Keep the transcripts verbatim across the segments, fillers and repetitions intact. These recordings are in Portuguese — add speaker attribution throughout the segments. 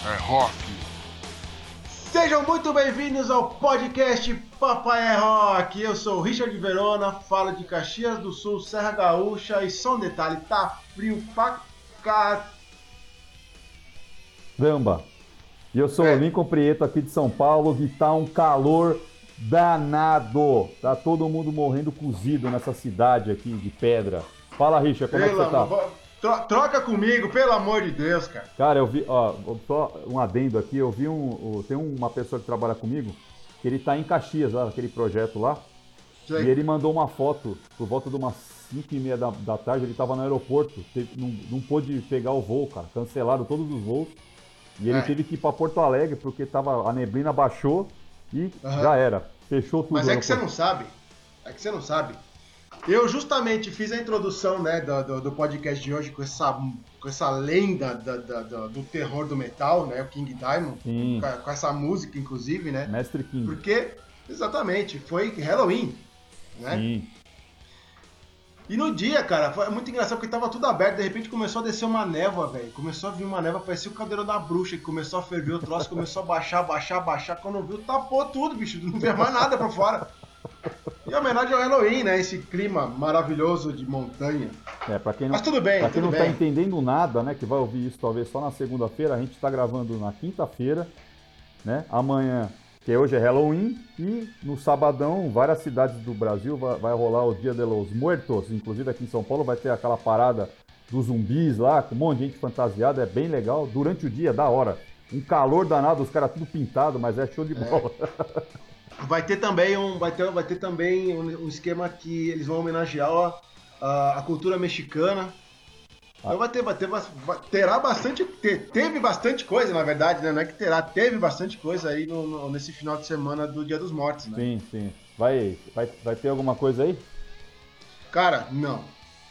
Speaker 1: é rock.
Speaker 2: Sejam muito bem-vindos ao podcast Papai é Rock. Eu sou o Richard Verona, falo de Caxias do Sul, Serra Gaúcha. E só um detalhe, tá frio pra
Speaker 3: caramba. E eu sou é. o Lincoln Prieto aqui de São Paulo, e tá um calor danado. Tá todo mundo morrendo cozido nessa cidade aqui de pedra. Fala, Richard, como Pela, é que você tá?
Speaker 2: Troca comigo, pelo amor de Deus, cara.
Speaker 3: Cara, eu vi, ó, só um adendo aqui, eu vi um, tem uma pessoa que trabalha comigo, que ele tá em Caxias, lá, naquele projeto lá, Sim. e ele mandou uma foto, por volta de umas cinco e meia da, da tarde, ele tava no aeroporto, teve, não, não pôde pegar o voo, cara, cancelaram todos os voos, e ele é. teve que ir pra Porto Alegre, porque tava, a neblina baixou e uhum. já era, fechou tudo.
Speaker 2: Mas é que você não sabe, é que você não sabe. Eu justamente fiz a introdução, né, do, do, do podcast de hoje com essa, com essa lenda da, da, da, do terror do metal, né, o King Diamond, com, com essa música, inclusive, né?
Speaker 3: Mestre King.
Speaker 2: Porque, exatamente, foi Halloween, né?
Speaker 3: Sim.
Speaker 2: E no dia, cara, foi muito engraçado porque tava tudo aberto, de repente começou a descer uma névoa, velho. Começou a vir uma névoa, parecia o Caldeirão da Bruxa, que começou a ferver o troço, começou a baixar, baixar, baixar. Quando viu, tapou tudo, bicho, não vê mais nada pra fora. Em homenagem ao Halloween, né? Esse clima maravilhoso de montanha.
Speaker 3: É, pra quem não,
Speaker 2: Mas tudo bem,
Speaker 3: pra quem
Speaker 2: tudo
Speaker 3: não
Speaker 2: bem.
Speaker 3: tá entendendo nada, né? Que vai ouvir isso talvez só na segunda-feira, a gente tá gravando na quinta-feira, né? Amanhã, que hoje é Halloween, e no sabadão, várias cidades do Brasil vai, vai rolar o Dia de los Muertos, inclusive aqui em São Paulo vai ter aquela parada dos zumbis lá, com um monte de gente fantasiada, é bem legal. Durante o dia, da hora. Um calor danado, os caras tudo pintado, mas é show de bola.
Speaker 2: É. Vai ter também um, vai ter, vai ter também um, um esquema que eles vão homenagear a, a, a cultura mexicana. Ah. Então vai ter, vai ter, vai, terá bastante, ter, teve bastante coisa, na verdade, né? Não é que terá, teve bastante coisa aí no, no, nesse final de semana do Dia dos Mortos, né?
Speaker 3: Sim, sim. Vai, vai, vai ter alguma coisa aí?
Speaker 2: Cara, não.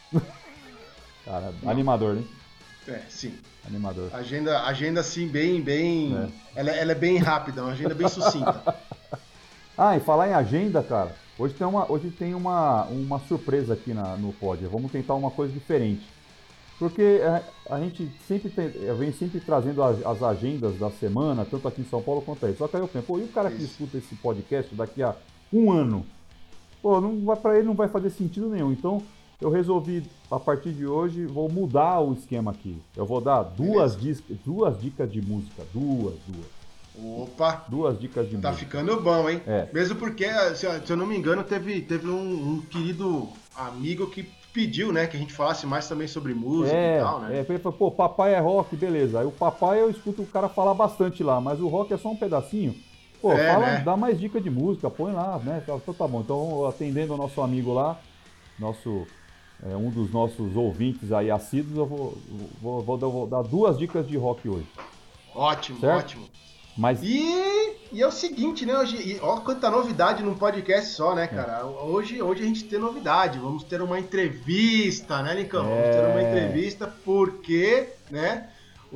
Speaker 3: Cara, não. Animador, né?
Speaker 2: É, sim.
Speaker 3: Animador.
Speaker 2: Agenda, agenda assim, bem, bem... É. Ela, ela é bem rápida, uma agenda bem sucinta.
Speaker 3: Ah, e falar em agenda, cara, hoje tem uma, hoje tem uma, uma surpresa aqui na, no pod. Vamos tentar uma coisa diferente. Porque a, a gente sempre tem, vem sempre trazendo as, as agendas da semana, tanto aqui em São Paulo quanto aí. Só que aí eu penso, pô, e o cara que escuta esse podcast daqui a um ano? Pô, não vai, pra ele não vai fazer sentido nenhum. Então, eu resolvi, a partir de hoje, vou mudar o esquema aqui. Eu vou dar duas, dis, duas dicas de música. Duas, duas.
Speaker 2: Opa!
Speaker 3: Duas dicas de
Speaker 2: Tá
Speaker 3: música.
Speaker 2: ficando bom, hein?
Speaker 3: É.
Speaker 2: Mesmo porque, se eu não me engano, teve, teve um, um querido amigo que pediu, né, que a gente falasse mais também sobre música
Speaker 3: é,
Speaker 2: e tal, né?
Speaker 3: É, ele falou, pô, papai é rock, beleza. Aí o papai eu escuto o cara falar bastante lá, mas o rock é só um pedacinho. Pô,
Speaker 2: é,
Speaker 3: fala,
Speaker 2: né?
Speaker 3: Dá mais dica de música, põe lá, né? Então tá bom. Então, atendendo ao nosso amigo lá, nosso, é, um dos nossos ouvintes aí assíduos, eu vou, vou, vou, dar, vou dar duas dicas de rock hoje.
Speaker 2: Ótimo,
Speaker 3: certo?
Speaker 2: ótimo.
Speaker 3: Mas...
Speaker 2: E, e é o seguinte, né? Hoje, e, ó, quanta novidade num podcast só, né, cara? É. Hoje, hoje a gente tem novidade. Vamos ter uma entrevista, né, Nicão?
Speaker 3: É.
Speaker 2: Vamos ter uma entrevista porque, né?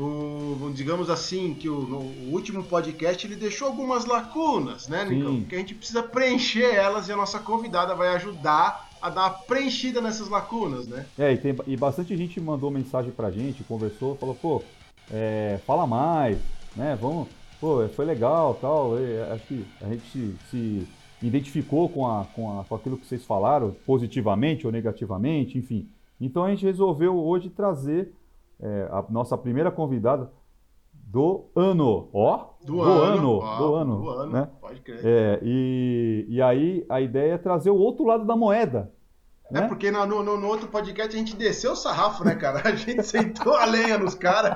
Speaker 2: O, digamos assim, que o, o último podcast ele deixou algumas lacunas, né, Nicão? Que a gente precisa preencher elas e a nossa convidada vai ajudar a dar uma preenchida nessas lacunas, né?
Speaker 3: É, e, tem, e bastante gente mandou mensagem pra gente, conversou, falou, pô, é, fala mais, né? Vamos. Pô, foi legal, tal, acho que a gente se, se identificou com, a, com, a, com aquilo que vocês falaram, positivamente ou negativamente, enfim. Então a gente resolveu hoje trazer é, a nossa primeira convidada do ano, ó,
Speaker 2: do,
Speaker 3: do
Speaker 2: ano,
Speaker 3: ano,
Speaker 2: ó,
Speaker 3: do ano,
Speaker 2: do ano,
Speaker 3: né?
Speaker 2: Pode crer.
Speaker 3: É, e, e aí a ideia é trazer o outro lado da moeda.
Speaker 2: É, né? Porque no, no, no outro podcast a gente desceu o sarrafo, né, cara? A gente sentou a lenha nos caras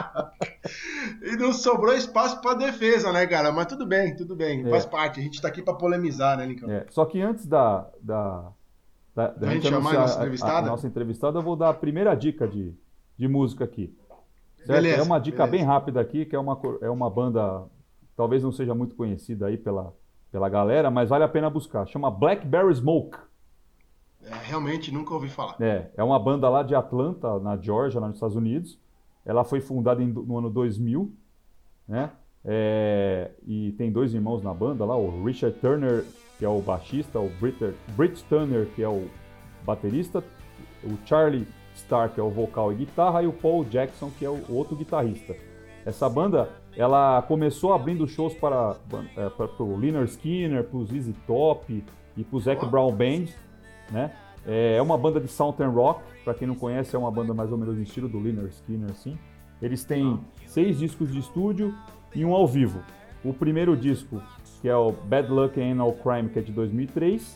Speaker 2: e não sobrou espaço pra defesa, né, cara? Mas tudo bem, tudo bem, é. Faz parte. A gente tá aqui pra polemizar, né, Nicão?
Speaker 3: É. Só que antes da, da, da, da
Speaker 2: a gente chamar a nossa entrevistada?
Speaker 3: A, a nossa entrevistada, eu vou dar a primeira dica de, de música aqui. Certo?
Speaker 2: Beleza,
Speaker 3: é uma dica
Speaker 2: beleza.
Speaker 3: bem rápida aqui, que é uma, é uma banda, talvez não seja muito conhecida aí pela, pela galera, mas vale a pena buscar. Chama Blackberry Smoke.
Speaker 2: É, realmente nunca ouvi falar.
Speaker 3: É, é uma banda lá de Atlanta, na Georgia, lá nos Estados Unidos. Ela foi fundada em, no ano dois mil, né? É, e tem dois irmãos na banda lá, o Richard Turner, que é o baixista, o Britt, Britt Turner, que é o baterista, o Charlie Starr, que é o vocal e guitarra, e o Paul Jackson, que é o outro guitarrista. Essa banda, ela começou abrindo shows para, é, para o Lynyrd Skynyrd, para o Z Z Top e para o Zac Brown Band, né? É uma banda de Southern Rock, para quem não conhece, é uma banda mais ou menos no estilo do Lynyrd Skynyrd, assim. Eles têm seis discos de estúdio e um ao vivo. O primeiro disco, que é o Bad Luck and No Crime, que é de dois mil e três,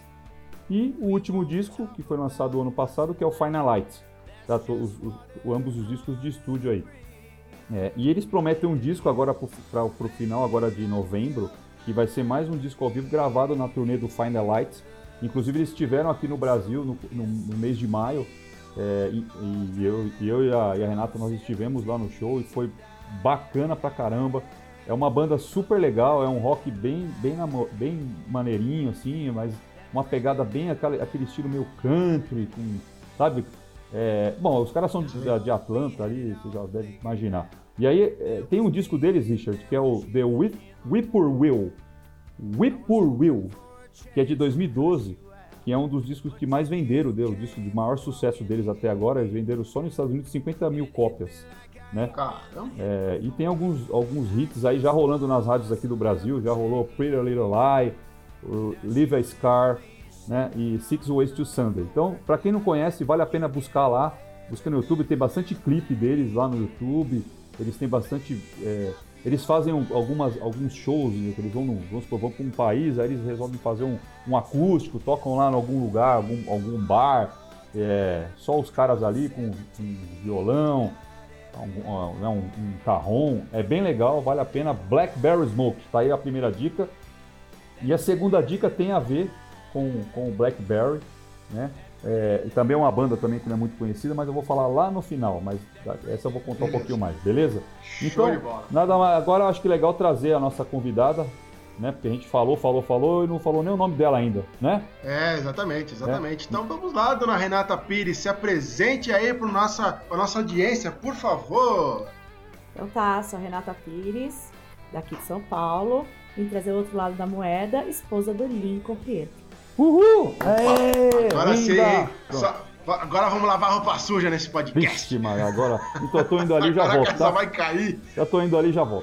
Speaker 3: e o último disco, que foi lançado ano passado, que é o Final Light. Tá? Os, os, ambos os discos de estúdio aí. É, e eles prometem um disco agora para o final agora de novembro, que vai ser mais um disco ao vivo gravado na turnê do Final Light. Inclusive eles estiveram aqui no Brasil no, no, no mês de maio, é, e, e eu, e, eu e, a, e a Renata nós estivemos lá no show e foi bacana pra caramba. É uma banda super legal, é um rock bem, bem, bem maneirinho assim, mas uma pegada bem aquele, aquele estilo meio country, com, sabe? É, bom, os caras são de, de Atlanta ali, você já deve imaginar. E aí é, tem um disco deles, Richard, que é o The Whip, Whippoorwill, Whippoorwill, que é de dois mil e doze, que é um dos discos que mais venderam, o disco de maior sucesso deles até agora. Eles venderam só nos Estados Unidos cinquenta mil cópias, né?
Speaker 2: Caramba!
Speaker 3: É, e tem alguns, alguns hits aí já rolando nas rádios aqui do Brasil, já rolou Pretty Little Lie, Leave a Scar, né? E Six Ways to Sunday. Então, para quem não conhece, vale a pena buscar lá, busca no YouTube, tem bastante clipe deles lá no YouTube, eles têm bastante... É, eles fazem algumas, alguns shows, né, que eles vão, vamos supor, vão para um país, aí eles resolvem fazer um, um acústico, tocam lá em algum lugar, algum, algum bar, é, só os caras ali com, com violão, um, um, um, um carrom, é bem legal, vale a pena. Blackberry Smoke, tá aí a primeira dica. E a segunda dica tem a ver com, com o Blackberry, né? É, e também é uma banda também que não é muito conhecida, mas eu vou falar lá no final, mas essa eu vou contar beleza. Um pouquinho mais, beleza? Então, nada mais, agora eu acho que é legal trazer a nossa convidada, né? Porque a gente falou, falou, falou e não falou nem o nome dela ainda, né?
Speaker 2: É, exatamente, exatamente. É. Então vamos lá, dona Renata Pires, se apresente aí para nossa, pra nossa audiência, por favor.
Speaker 1: Então tá, sou a Renata Pires, daqui de São Paulo, vim trazer o outro lado da moeda, esposa do Lincoln Prieto.
Speaker 3: Uhul! Aê,
Speaker 2: agora sim, só, agora vamos lavar roupa suja nesse podcast.
Speaker 3: Vixe, mas agora. Então eu tô indo ali e já volto.
Speaker 2: Tá? Vai cair.
Speaker 3: Já tô indo ali e já volto.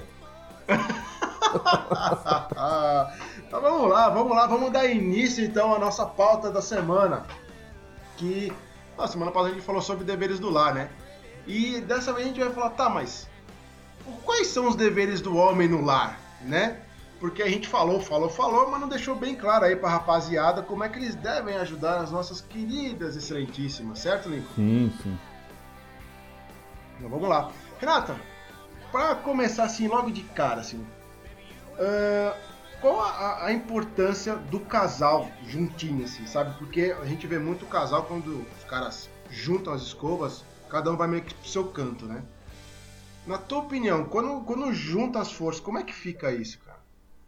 Speaker 2: Então vamos lá, vamos lá, vamos dar início então à nossa pauta da semana. Que na semana passada a gente falou sobre deveres do lar, né? E dessa vez a gente vai falar, tá, mas quais são os deveres do homem no lar, né? Porque a gente falou, falou, falou, mas não deixou bem claro aí pra rapaziada como é que eles devem ajudar as nossas queridas excelentíssimas, certo, Lincoln?
Speaker 3: Sim, sim.
Speaker 2: Então vamos lá. Renata, pra começar assim, logo de cara, assim, uh, qual a, a importância do casal juntinho, assim, sabe? Porque a gente vê muito casal quando os caras juntam as escovas, cada um vai meio que pro seu canto, né? Na tua opinião, quando, quando junta as forças, como é que fica isso, cara?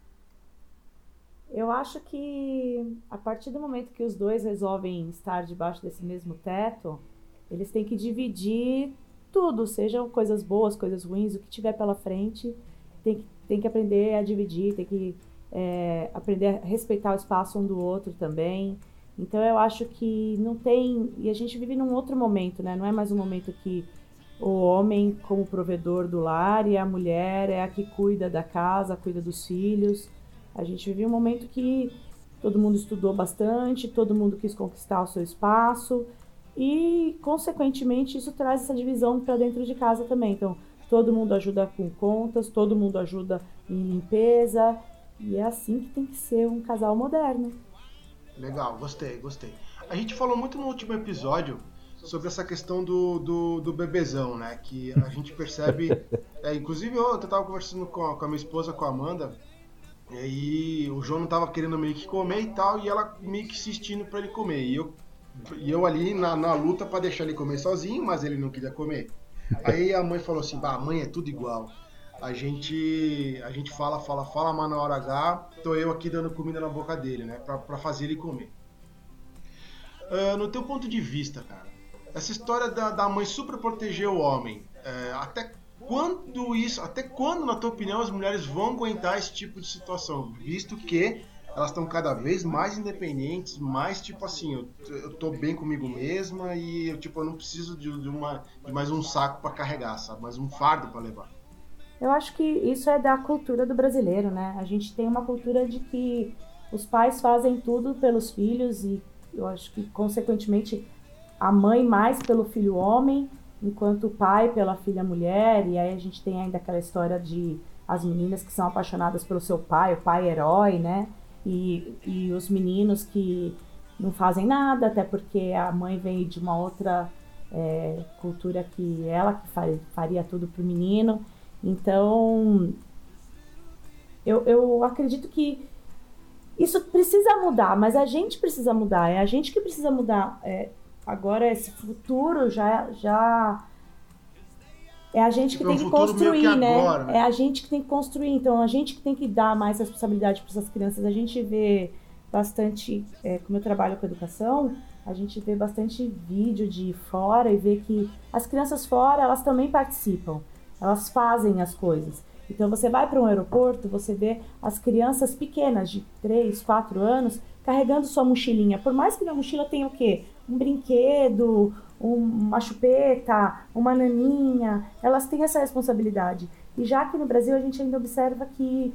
Speaker 1: Eu acho que a partir do momento que os dois resolvem estar debaixo desse mesmo teto, eles têm que dividir tudo, sejam coisas boas, coisas ruins, o que tiver pela frente, tem que, tem que aprender a dividir, tem que é, aprender a respeitar o espaço um do outro também. Então eu acho que não tem... E a gente vive num outro momento, né? Não é mais um momento que o homem como provedor do lar e a mulher é a que cuida da casa, cuida dos filhos. A gente vive um momento que todo mundo estudou bastante, todo mundo quis conquistar o seu espaço e, consequentemente, isso traz essa divisão para dentro de casa também. Então, todo mundo ajuda com contas, todo mundo ajuda em limpeza e é assim que tem que ser um casal moderno.
Speaker 2: Legal, gostei, gostei. A gente falou muito no último episódio sobre essa questão do, do, do bebezão, né? Que a gente percebe... é, inclusive, eu estava conversando com a, com a minha esposa, com a Amanda... E aí o João não tava querendo meio que comer e tal, e ela meio que insistindo pra ele comer. E eu, e eu ali na, na luta pra deixar ele comer sozinho, mas ele não queria comer. Aí a mãe falou assim, bah, a mãe é tudo igual. A gente, a gente fala, fala, fala, mas na hora H, tô eu aqui dando comida na boca dele, né? Pra, pra fazer ele comer. Uh, no teu ponto de vista, cara, essa história da, da mãe super proteger o homem, é, até quando isso, até quando, na tua opinião, as mulheres vão aguentar esse tipo de situação? Visto que elas estão cada vez mais independentes, mais tipo assim, eu, eu tô bem comigo mesma e eu, tipo, eu não preciso de, de, uma, de mais um saco pra carregar, sabe? Mais um fardo pra levar.
Speaker 1: Eu acho que isso é da cultura do brasileiro, né? A gente tem uma cultura de que os pais fazem tudo pelos filhos e eu acho que, consequentemente, a mãe mais pelo filho homem, enquanto o pai pela filha mulher. E aí a gente tem ainda aquela história de as meninas que são apaixonadas pelo seu pai, o pai herói, né? E, e os meninos que não fazem nada, até porque a mãe vem de uma outra é, cultura que ela que faria tudo pro menino. Então, eu, eu acredito que isso precisa mudar, mas a gente precisa mudar, é a gente que precisa mudar. É, agora, esse futuro já, já é a gente que
Speaker 2: Tipo,
Speaker 1: tem
Speaker 2: um
Speaker 1: que construir,
Speaker 2: que
Speaker 1: né?
Speaker 2: agora, né?
Speaker 1: É a gente que tem que construir, então a gente que tem que dar mais responsabilidade para essas crianças. A gente vê bastante, é, como eu trabalho com educação, a gente vê bastante vídeo de fora e vê que as crianças fora, elas também participam. Elas fazem as coisas. Então você vai para um aeroporto, você vê as crianças pequenas de três, quatro anos carregando sua mochilinha. Por mais que na mochila tenha o quê? Um brinquedo, um, uma chupeta, uma naninha. Elas têm essa responsabilidade. E já que no Brasil a gente ainda observa que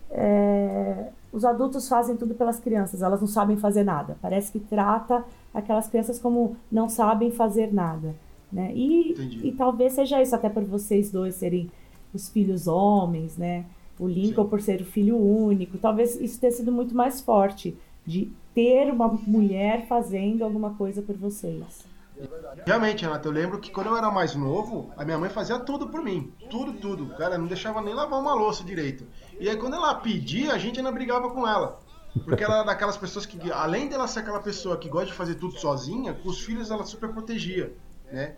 Speaker 1: é, os adultos fazem tudo pelas crianças. Elas não sabem fazer nada. Parece que trata aquelas crianças como não sabem fazer nada. Né? E, e talvez seja isso, até por vocês dois serem os filhos homens, né? O Lincoln Sim. por ser o filho único, talvez isso tenha sido muito mais forte, de ter uma mulher fazendo alguma coisa por vocês.
Speaker 2: Realmente, Renata, eu lembro que quando eu era mais novo, a minha mãe fazia tudo por mim, tudo, tudo, cara, não deixava nem lavar uma louça direito. E aí quando ela pedia, a gente ainda brigava com ela. Porque ela era daquelas pessoas que, além dela ser aquela pessoa que gosta de fazer tudo sozinha, com os filhos ela super protegia. Né?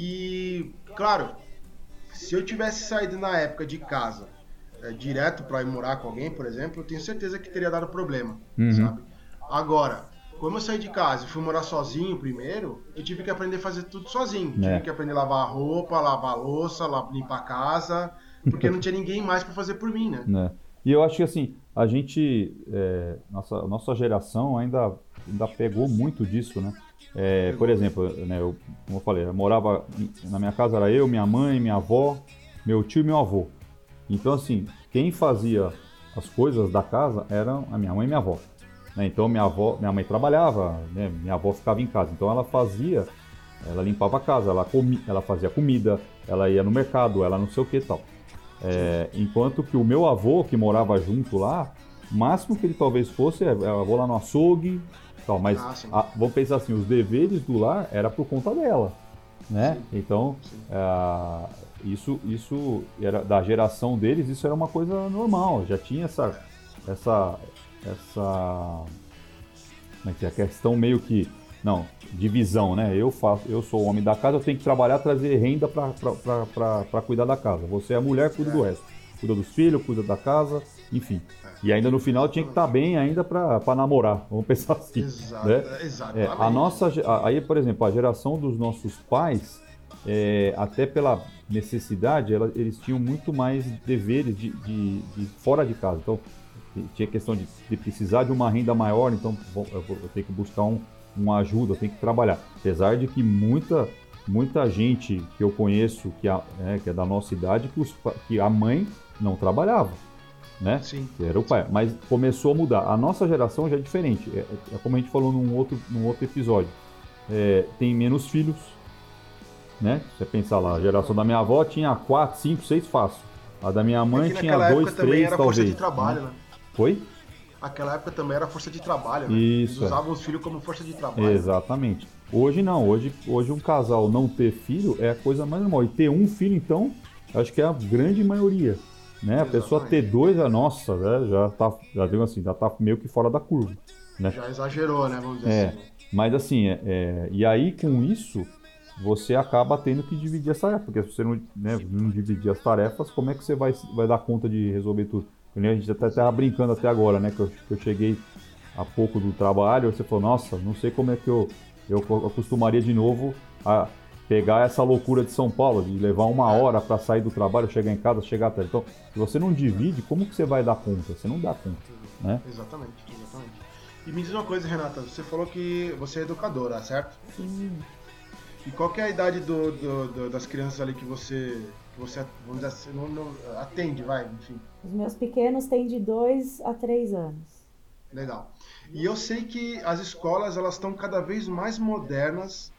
Speaker 2: E, claro, se eu tivesse saído na época de casa é, direto para ir morar com alguém, por exemplo, eu tenho certeza que teria dado problema, uhum. sabe? Agora, como eu saí de casa e fui morar sozinho primeiro, eu tive que aprender a fazer tudo sozinho. É. Tive que aprender a lavar a roupa, lavar a louça, limpar a casa, porque não tinha ninguém mais para fazer por mim, né?
Speaker 3: É. E eu acho que assim, a gente, é, nossa, nossa geração ainda, ainda pegou muito disso, né? É, por exemplo, né, eu, como eu falei, eu morava na minha casa, era eu, minha mãe, minha avó, meu tio e meu avô. Então, assim, quem fazia as coisas da casa eram a minha mãe e minha avó. Né? Então, minha avó, minha mãe trabalhava, né? Minha avó ficava em casa. Então, ela fazia, ela limpava a casa, ela, comi, ela fazia comida, ela ia no mercado, ela não sei o que e tal. É, enquanto que o meu avô, que morava junto lá, o máximo que ele talvez fosse, é, eu vou lá no açougue. Então, mas ah, a, vamos pensar assim, os deveres do lar era por conta dela, né? Sim, então, sim. É, isso, isso era da geração deles, isso era uma coisa normal, já tinha essa, essa, essa, como é que é, a questão meio que, não, divisão, né? Eu faço, eu sou o homem da casa, eu tenho que trabalhar, trazer renda para cuidar da casa. Você é a mulher, cuida do resto, cuida dos filhos, cuida da casa, enfim. E ainda no final tinha que estar bem ainda para namorar, vamos pensar assim. Exato, né? Exatamente. É, a nossa, aí, por exemplo, a geração dos nossos pais, é, até pela necessidade, ela, eles tinham muito mais deveres de, de, de fora de casa. Então, tinha questão de, de precisar de uma renda maior, então eu vou ter que buscar um, uma ajuda, eu tenho que trabalhar. Apesar de que muita, muita gente que eu conheço, que, a, é, que é da nossa idade, que, os, que a mãe não trabalhava. Né? Sim. Que era o pai, mas começou a mudar. A nossa geração já é diferente, é, é como a gente falou num outro, num outro episódio, é, tem menos filhos, né? Você pensar lá, a geração da minha avó tinha quatro, cinco, seis fácil, a da minha mãe é tinha dois, três,
Speaker 2: era
Speaker 3: talvez.
Speaker 2: Força de trabalho, né?
Speaker 3: Foi?
Speaker 2: Aquela época também era força de trabalho, né?
Speaker 3: Isso.
Speaker 2: Eles usavam os filhos como força de trabalho.
Speaker 3: Exatamente. Hoje não, hoje, hoje um casal não ter filho é a coisa mais normal, e ter um filho então, acho que é a grande maioria. Né? A pessoa ter dois, a nossa, né? já tá, já digo assim, já tá meio que fora da curva. Né?
Speaker 2: Já exagerou, né? Vamos dizer
Speaker 3: é,
Speaker 2: assim.
Speaker 3: Mas assim, é, é, e aí com isso, você acaba tendo que dividir as tarefas, porque se você não, né, não dividir as tarefas, como é que você vai, vai dar conta de resolver tudo? A gente até estava brincando até agora, né? Que eu, que eu cheguei há pouco do trabalho, você falou, nossa, não sei como é que eu, eu acostumaria de novo a pegar essa loucura de São Paulo, de levar uma hora para sair do trabalho, chegar em casa, chegar até. Então, se você não divide, como que você vai dar conta? Você não dá conta, né?
Speaker 2: Exatamente, exatamente. E me diz uma coisa, Renata, você falou que você é educadora, certo?
Speaker 1: Sim.
Speaker 2: E qual que é a idade do, do, do, das crianças ali que você, que você vamos dizer assim, não, não, atende, vai, enfim?
Speaker 1: Os meus pequenos têm de dois a três anos.
Speaker 2: Legal. E eu sei que as escolas elas estão cada vez mais modernas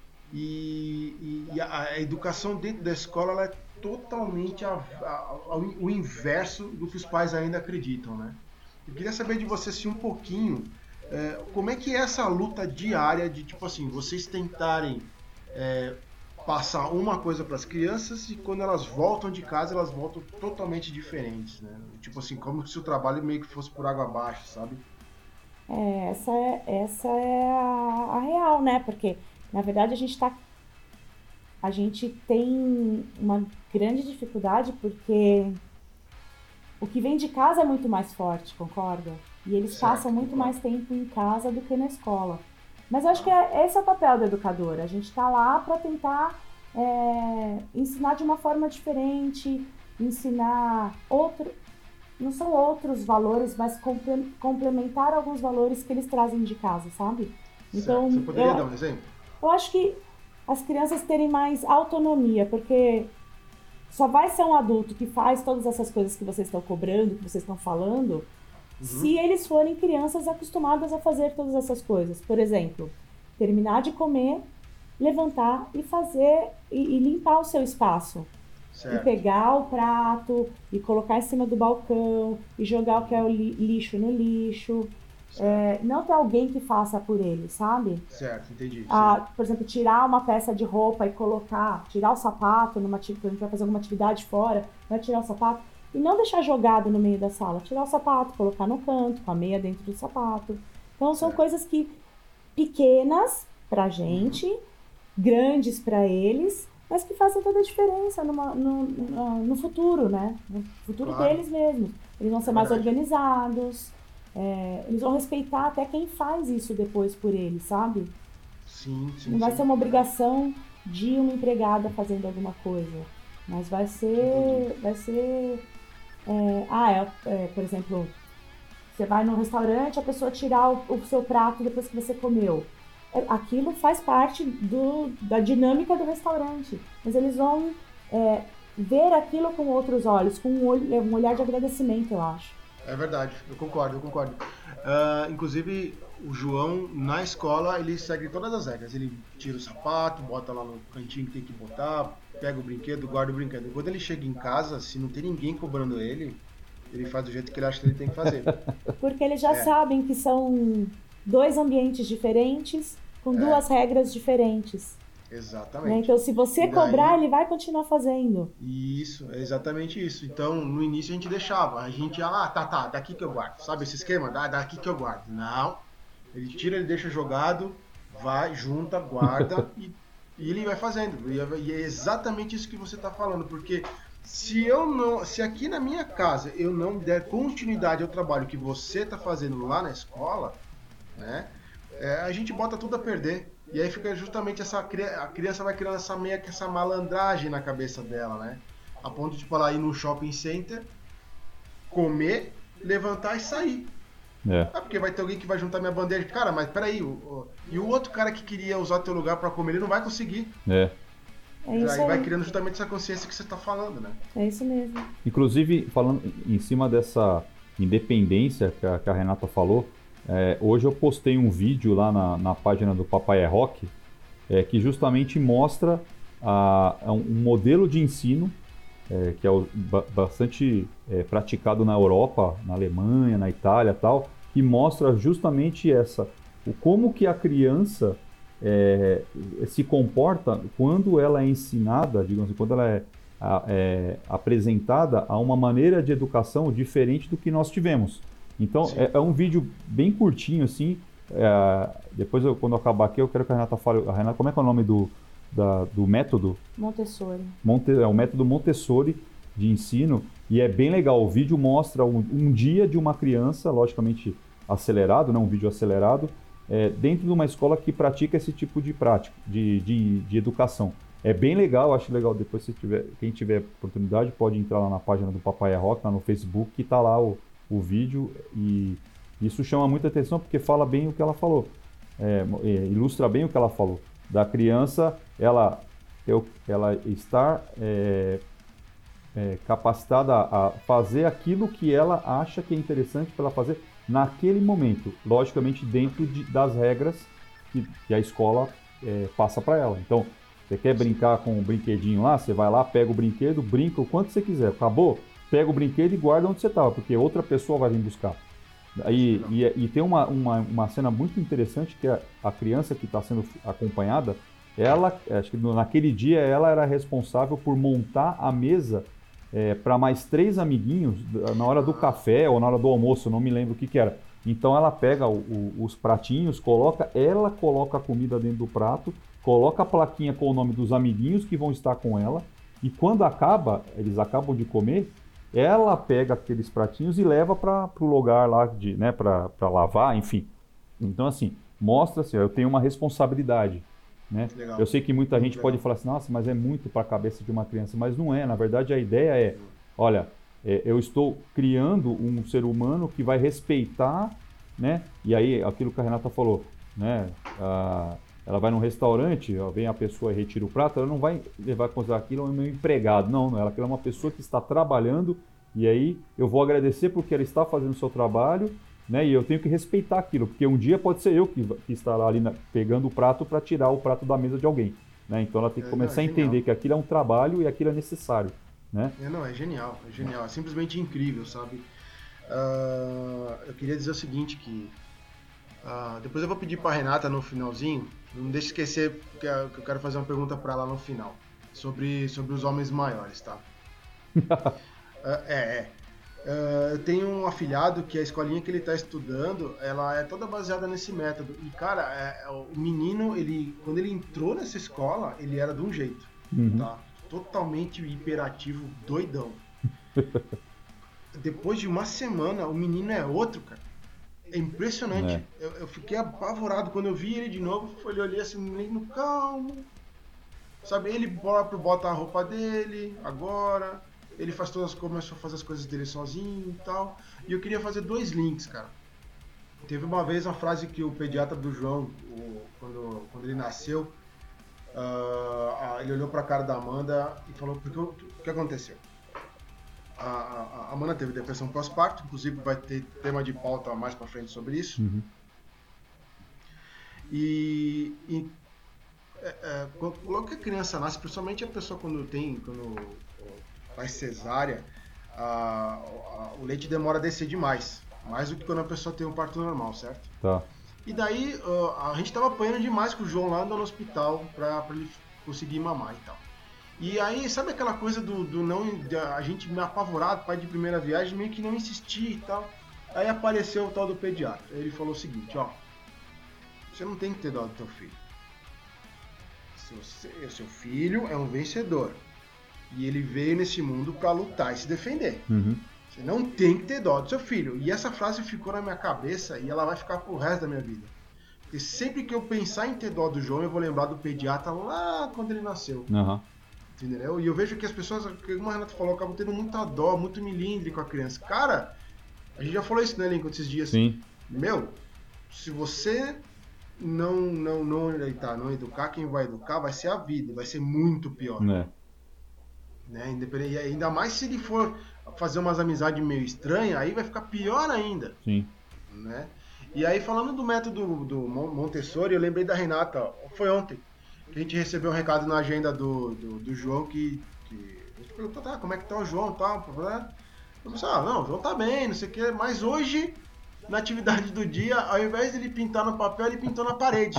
Speaker 2: e, e a, a educação dentro da escola ela é totalmente a, a, a, o inverso do que os pais ainda acreditam, né? Eu queria saber de você assim, um pouquinho é, como é que é essa luta diária de, tipo assim, vocês tentarem é, passar uma coisa para as crianças e quando elas voltam de casa, elas voltam totalmente diferentes, né? Tipo assim, como se o trabalho meio que fosse por água abaixo, sabe?
Speaker 1: É, essa é, essa é a, a real, né? Porque, na verdade, a gente tá, a gente tem uma grande dificuldade porque o que vem de casa é muito mais forte, concorda? E eles
Speaker 2: Certo,
Speaker 1: passam muito
Speaker 2: concordo.
Speaker 1: mais tempo em casa do que na escola. Mas eu acho que é, esse é o papel do educador. A gente está lá para tentar é, ensinar de uma forma diferente, ensinar outro, não são outros valores, mas comple- complementar alguns valores que eles trazem de casa, sabe? Então,
Speaker 2: Certo. Você poderia
Speaker 1: eu,
Speaker 2: dar um exemplo?
Speaker 1: eu acho que as crianças terem mais autonomia, porque só vai ser um adulto que faz todas essas coisas que vocês estão cobrando, que vocês estão falando,
Speaker 2: Uhum.
Speaker 1: se eles forem crianças acostumadas a fazer todas essas coisas. Por exemplo, terminar de comer, levantar e fazer e, e limpar o seu espaço.
Speaker 2: Certo.
Speaker 1: E pegar o prato e colocar em cima do balcão e jogar o que é o li- lixo no lixo. É, não ter alguém que faça por ele, sabe?
Speaker 2: Certo, entendi.
Speaker 1: Ah, por exemplo, tirar uma peça de roupa e colocar, tirar o sapato numa ati- quando a gente vai fazer alguma atividade fora, vai tirar o sapato e não deixar jogado no meio da sala, tirar o sapato, colocar no canto, com a meia dentro do sapato. Então são
Speaker 2: Certo.
Speaker 1: coisas que pequenas pra gente, grandes pra eles, mas que fazem toda a diferença numa- no, no, no futuro, né? No futuro
Speaker 2: Claro.
Speaker 1: deles mesmos. Eles vão ser
Speaker 2: É
Speaker 1: mais
Speaker 2: verdade.
Speaker 1: organizados, é, eles vão respeitar até quem faz isso depois por eles, sabe?
Speaker 2: Sim, sim.
Speaker 1: Não vai
Speaker 2: sim.
Speaker 1: ser uma obrigação de uma empregada fazendo alguma coisa, mas vai ser, vai ser, é, ah, é, é, por exemplo, você vai num restaurante, a pessoa tirar o, o seu prato depois que você comeu. É, aquilo faz parte do, da dinâmica do restaurante, mas eles vão é, ver aquilo com outros olhos, com um, olho, um olhar de agradecimento, eu acho.
Speaker 2: É verdade, eu concordo, eu concordo. Ah, inclusive, o João, na escola, ele segue todas as regras. Ele tira o sapato, bota lá no cantinho que tem que botar, pega o brinquedo, guarda o brinquedo. Quando ele chega em casa, se não tem ninguém cobrando ele, ele faz do jeito que ele acha que ele tem que fazer.
Speaker 1: Porque eles já
Speaker 2: É.
Speaker 1: sabem que são dois ambientes diferentes, com
Speaker 2: É.
Speaker 1: duas regras diferentes. Né?
Speaker 2: Exatamente.
Speaker 1: Então, se você
Speaker 2: E daí-
Speaker 1: cobrar, ele vai continuar fazendo.
Speaker 2: Isso, é exatamente isso. Então, no início a gente deixava, a gente ia lá, tá, tá, daqui que eu guardo. Sabe esse esquema? Da, daqui que eu guardo. Não. Ele tira, ele deixa jogado, vai, junta, guarda e, e ele vai fazendo. E é, e é exatamente isso que você tá falando, porque se eu não, se aqui na minha casa eu não der continuidade ao trabalho que você tá fazendo lá na escola, né? É, a gente bota tudo a perder. E aí fica justamente essa cri- a criança vai criando essa meia que essa malandragem na cabeça dela, né? A ponto de ela ir no shopping center, comer, levantar e sair.
Speaker 3: É.
Speaker 2: Ah, porque vai ter alguém que vai juntar minha bandeja. Cara, mas peraí, o, o, e o outro cara que queria usar teu lugar pra comer, ele não vai conseguir.
Speaker 3: É.
Speaker 1: É isso
Speaker 2: aí vai
Speaker 1: aí.
Speaker 2: criando justamente essa consciência que você tá falando, né?
Speaker 1: É isso mesmo.
Speaker 3: Inclusive, falando em cima dessa independência que a, que a Renata falou, é, hoje eu postei um vídeo lá na, na página do Papai é Rock, é, que justamente mostra a, a um modelo de ensino é, que é o, ba- bastante é, praticado na Europa, na Alemanha, na Itália e tal, que mostra justamente essa, o como que a criança é, se comporta quando ela é ensinada, digamos assim, quando ela é, a- é apresentada a uma maneira de educação diferente do que nós tivemos. Então,
Speaker 2: Sim.
Speaker 3: é, é um vídeo bem curtinho, assim. é, depois, eu, quando eu acabar aqui, eu quero que a Renata fale. A Renata, como é que é o nome do, da- do método?
Speaker 1: Montessori.
Speaker 3: Monte, é o método Montessori de ensino. E é bem legal. O vídeo mostra um, um dia de uma criança, logicamente acelerado, né, um vídeo acelerado, é, dentro de uma escola que pratica esse tipo de prática, de, de, de educação. É bem legal, acho legal. Depois, se tiver, quem tiver oportunidade, pode entrar lá na página do Papai é Rock, lá no Facebook, que está lá o, o vídeo. E isso chama muita atenção porque fala bem o que ela falou, é, é, ilustra bem o que ela falou. da criança, ela, eu, ela estar é, é, capacitada a fazer aquilo que ela acha que é interessante para ela fazer naquele momento, logicamente dentro de, das regras que, que a escola é, passa para ela. Então, você quer brincar com um brinquedinho lá, você vai lá, pega o brinquedo, brinca o quanto você quiser. Acabou? Pega o brinquedo e guarda onde você estava, porque outra pessoa vai vir buscar. E, e, e tem uma, uma, uma cena muito interessante que a, a criança que está sendo acompanhada, ela, acho que naquele dia ela era responsável por montar a mesa é, para mais três amiguinhos na hora do café ou na hora do almoço, não me lembro o que que era. Então ela pega o, o, os pratinhos, coloca, ela coloca a comida dentro do prato, coloca a plaquinha com o nome dos amiguinhos que vão estar com ela, e quando acaba, eles acabam de comer, ela pega aqueles pratinhos e leva para o lugar lá, de, né, para lavar, enfim. Então, assim, mostra assim, eu tenho uma responsabilidade. Né? Eu sei que muita gente pode falar assim, nossa, mas é muito para a cabeça de uma criança, mas não é. Na verdade, a ideia é, olha, é, eu estou criando um ser humano que vai respeitar, né? E aí, aquilo que a Renata falou, né? Ah, ela vai num restaurante, ó, vem a pessoa e retira o prato, ela não vai levar a considerar aquilo é meu empregado, não, não, ela é uma pessoa que está trabalhando e aí eu vou agradecer porque ela está fazendo o seu trabalho, né, e eu tenho que respeitar aquilo, porque um dia pode ser eu que, que estará ali na, pegando o prato para tirar o prato da mesa de alguém, né, então ela tem que começar é, é a entender que aquilo é um trabalho e aquilo é necessário, né.
Speaker 2: É, não, é genial, é genial, é simplesmente incrível, sabe. Uh, eu queria dizer o seguinte, que uh, depois eu vou pedir para a Renata no finalzinho. Não deixe esquecer que eu quero fazer uma pergunta para ela no final. Sobre, sobre os homens maiores, tá? uh, é, é. Uh, eu tenho um afilhado que a escolinha que ele está estudando, ela é toda baseada nesse método. E, cara, é, o menino, ele, quando ele entrou nessa escola, ele era de um jeito, uhum. Tá? Totalmente hiperativo, doidão. Depois de uma semana, o menino é outro, cara. É impressionante. É. Eu, eu fiquei apavorado quando eu vi ele de novo. Eu olhei assim, no calmo. Sabe, ele próprio bota a roupa dele agora. Ele faz todas, começou a fazer as coisas dele sozinho e tal. E eu queria fazer dois links, cara. Teve uma vez uma frase que o pediatra do João, o, quando, quando ele nasceu, uh, ele olhou pra cara da Amanda e falou: porque, o que aconteceu? A, a Amanda teve depressão pós-parto, inclusive vai ter tema de pauta mais pra frente sobre isso. Uhum. E, e é, é, logo que a criança nasce, principalmente a pessoa quando tem, quando faz cesárea, a, a, o leite demora a descer demais, mais do que quando a pessoa tem um parto normal, certo? Tá. E daí a gente tava apanhando demais com o João lá no hospital pra, pra ele conseguir mamar e tal. E aí, sabe aquela coisa do, do não, a gente meio apavorado, pai de primeira viagem, meio que não insistir e tal. Aí apareceu o tal do pediatra. Ele falou o seguinte, ó, você não tem que ter dó do teu filho. Seu, seu filho é um vencedor. E ele veio nesse mundo pra lutar e se defender. Uhum. Você não tem que ter dó do seu filho. E essa frase ficou na minha cabeça e ela vai ficar pro resto da minha vida. Porque sempre que eu pensar em ter dó do João, eu vou lembrar do pediatra lá quando ele nasceu. Uhum. Entendeu? E eu vejo que as pessoas, como a Renata falou, acabam tendo muita dó, muito milindre com a criança. Cara, a gente já falou isso, né, Lincoln, esses dias. Sim. Meu, se você não, não, não, eita, não educar, quem vai educar vai ser a vida, vai ser muito pior. É. Né? Independente, e ainda mais se ele for fazer umas amizades meio estranhas, aí vai ficar pior ainda. Sim. Né? E aí, falando do método do Montessori, eu lembrei da Renata, foi ontem. A gente recebeu um recado na agenda do, do, do João que, que a gente perguntou, tá, como é que tá o João e tal, né? Eu pensei, ah, não, o João tá bem, não sei o que, mas hoje, na atividade do dia, ao invés de ele pintar no papel, ele pintou na parede.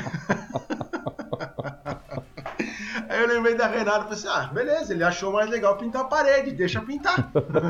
Speaker 2: Aí eu lembrei da Renata e falei assim, ah, beleza, ele achou mais legal pintar a parede, deixa pintar.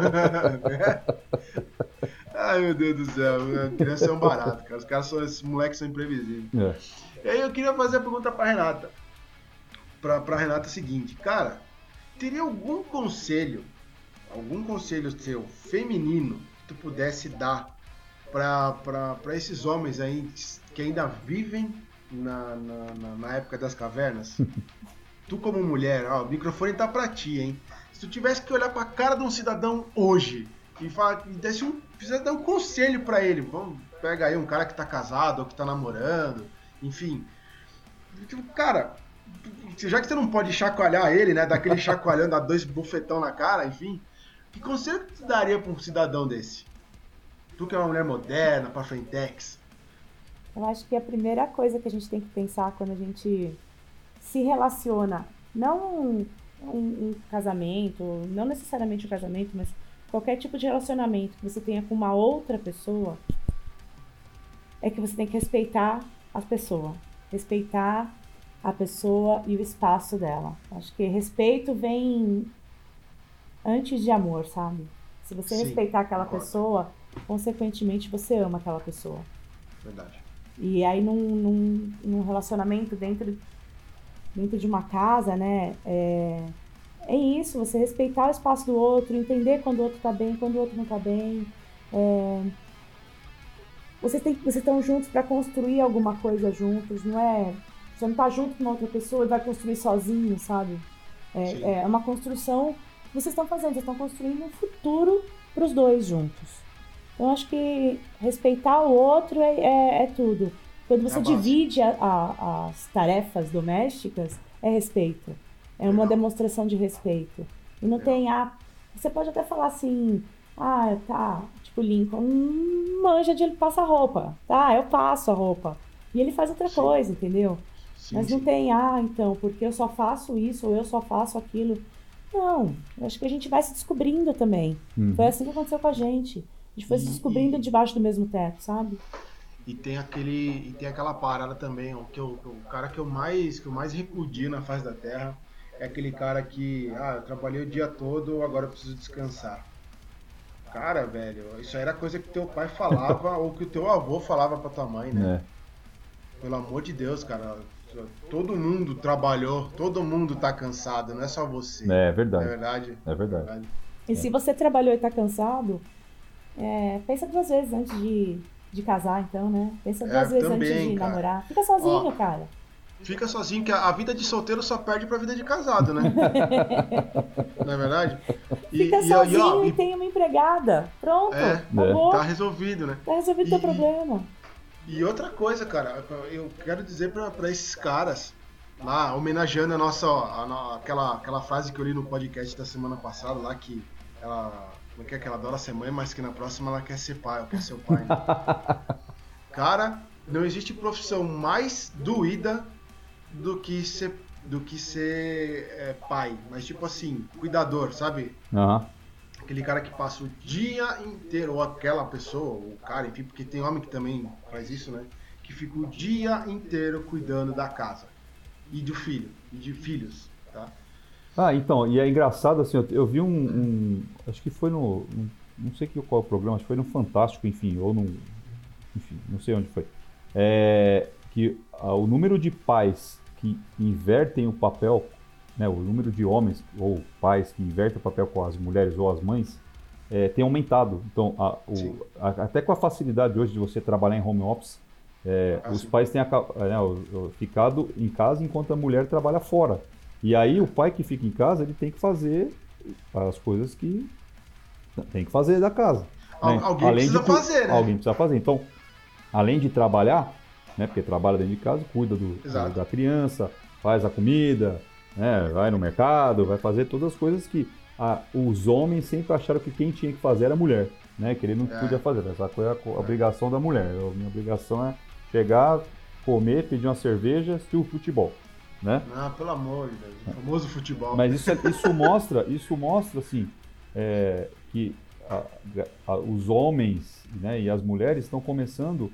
Speaker 2: Ai, meu Deus do céu, a criança é um barato, cara, os caras são, esses moleques são imprevisíveis. É. E aí eu queria fazer a pergunta pra Renata. Pra, pra Renata é o seguinte, cara, teria algum conselho, algum conselho seu, feminino, que tu pudesse dar pra, pra, pra esses homens aí que ainda vivem na, na, na, na época das cavernas? Tu como mulher, ó, o microfone tá pra ti, hein? Se tu tivesse que olhar pra cara de um cidadão hoje e, falar, e desse um, fizesse dar um conselho pra ele, vamos, pega aí um cara que tá casado ou que tá namorando, enfim, Tipo, cara, já que você não pode chacoalhar ele, né? Dar aquele chacoalhão, dar dois bufetão na cara, enfim. Que conselho que você daria pra um cidadão desse? Tu que é uma mulher moderna, pra frentex.
Speaker 1: Eu acho que a primeira coisa que a gente tem que pensar quando a gente se relaciona, não um, um casamento, não necessariamente um casamento, mas qualquer tipo de relacionamento que você tenha com uma outra pessoa, é que você tem que respeitar a pessoa. Respeitar a pessoa e o espaço dela. Acho que respeito vem antes de amor, sabe? Se você Sim, respeitar aquela concordo. pessoa, consequentemente você ama aquela pessoa.
Speaker 2: Verdade.
Speaker 1: E aí num, num, num relacionamento dentro, dentro de uma casa, né? É, é isso, você respeitar o espaço do outro, entender quando o outro tá bem, quando o outro não tá bem. É, vocês tem, vocês estão juntos para construir alguma coisa juntos, não é... Você não tá junto com uma outra pessoa e vai construir sozinho, sabe? É, é uma construção que vocês estão fazendo, vocês estão construindo um futuro para os dois juntos. Então, acho que respeitar o outro é, é, é tudo. Quando você é divide a, a, as tarefas domésticas, é respeito. É uma Legal. demonstração de respeito. E não Legal. tem, ah, você pode até falar assim, ah, tá, tipo, Lincoln hum, manja de passar roupa. Tá, eu passo a roupa. E ele faz outra sim. coisa, entendeu? Sim, Mas não sim. tem, ah, então, porque eu só faço isso ou eu só faço aquilo. Não, eu acho que a gente vai se descobrindo também. Uhum. Foi assim que aconteceu com a gente. A gente foi e, se descobrindo e, debaixo do mesmo teto, sabe?
Speaker 2: E tem aquele, e tem aquela parada também, ó, que eu, o cara que eu mais, que eu mais repudio na face da terra é aquele cara que, ah, eu trabalhei o dia todo, agora eu preciso descansar. Cara, velho, isso aí era coisa que teu pai falava ou que o teu avô falava pra tua mãe, né? É. Pelo amor de Deus, cara. Todo mundo trabalhou, todo mundo tá cansado, não é só você.
Speaker 3: É verdade.
Speaker 2: É verdade?
Speaker 3: É verdade. É verdade.
Speaker 1: E é. se você trabalhou e tá cansado, é, pensa duas vezes antes de, de casar, então, né? Pensa duas é, vezes também, antes de cara. namorar. Fica sozinho, Ó, cara.
Speaker 2: Fica sozinho, que a vida de solteiro só perde pra vida de casado, né? Não é verdade?
Speaker 1: E, Fica e, sozinho e, ó, e, e tem uma empregada. Pronto,
Speaker 2: é,
Speaker 1: acabou.
Speaker 2: Tá resolvido, né?
Speaker 1: Tá resolvido o teu problema.
Speaker 2: E outra coisa, cara, eu quero dizer pra, pra esses caras, lá, homenageando a nossa, a, a, aquela, aquela frase que eu li no podcast da semana passada, lá que ela, como é que é, que ela adora ser mãe, mas que na próxima ela quer ser pai, ou quer ser o pai. Né? Cara, não existe profissão mais doída do que ser, do que ser é, pai, mas tipo assim, cuidador, sabe?
Speaker 3: Aham. Uhum.
Speaker 2: Aquele cara que passa o dia inteiro, ou aquela pessoa, ou o cara, enfim, porque tem homem que também faz isso, né? Que fica o dia inteiro cuidando da casa. E do filho, e de filhos, tá?
Speaker 3: Ah, então, e é engraçado, assim, eu, eu vi um, um, acho que foi no, um, não sei qual é o programa, acho que foi no Fantástico, enfim, ou no, enfim, não sei onde foi, é, que ah, o número de pais que invertem o papel, né, o número de homens ou pais que invertem o papel com as mulheres ou as mães é, tem aumentado. Então, a, o, a, até com a facilidade hoje de você trabalhar em home office, é, ah, os sim. pais têm a, né, o, o, ficado em casa enquanto a mulher trabalha fora. E aí o pai que fica em casa, ele tem que fazer as coisas que tem que fazer da casa.
Speaker 2: Al,
Speaker 3: né?
Speaker 2: Alguém
Speaker 3: além
Speaker 2: precisa
Speaker 3: de,
Speaker 2: fazer, né?
Speaker 3: Alguém precisa fazer. Então, além de trabalhar, né, porque trabalha dentro de casa, cuida do, do, da criança, faz a comida, né, vai no mercado, vai fazer todas as coisas que a, os homens sempre acharam que quem tinha que fazer era a mulher, né, que ele não é. podia fazer. Essa foi a, a é. obrigação da mulher. A minha obrigação é chegar, comer, pedir uma cerveja, assistir o futebol, né?
Speaker 2: Não, pelo amor de Deus, o famoso futebol.
Speaker 3: Mas isso, isso mostra, isso mostra assim, é, que a, a, os homens, né, e as mulheres estão começando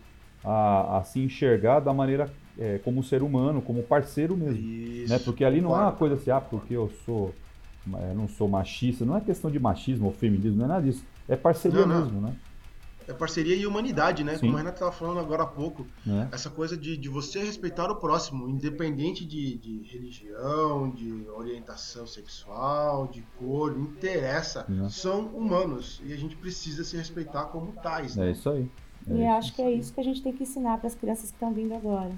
Speaker 3: a, a se enxergar da maneira é, como ser humano, como parceiro mesmo. Isso, né? Porque ali não claro. é uma coisa assim, ah, porque eu sou, eu não sou machista, não é questão de machismo ou feminismo, não é nada disso. É parceria não, não. mesmo, né?
Speaker 2: É parceria e humanidade, né?
Speaker 3: Sim.
Speaker 2: Como a Renata estava falando agora há pouco. É. Essa coisa de, de você respeitar o próximo, independente de, de religião, de orientação sexual, de cor, não interessa. É. São humanos e a gente precisa se respeitar como tais. Né?
Speaker 3: É isso aí. É
Speaker 1: e
Speaker 3: isso.
Speaker 1: acho que é isso que a gente tem que ensinar para as crianças que estão vindo agora.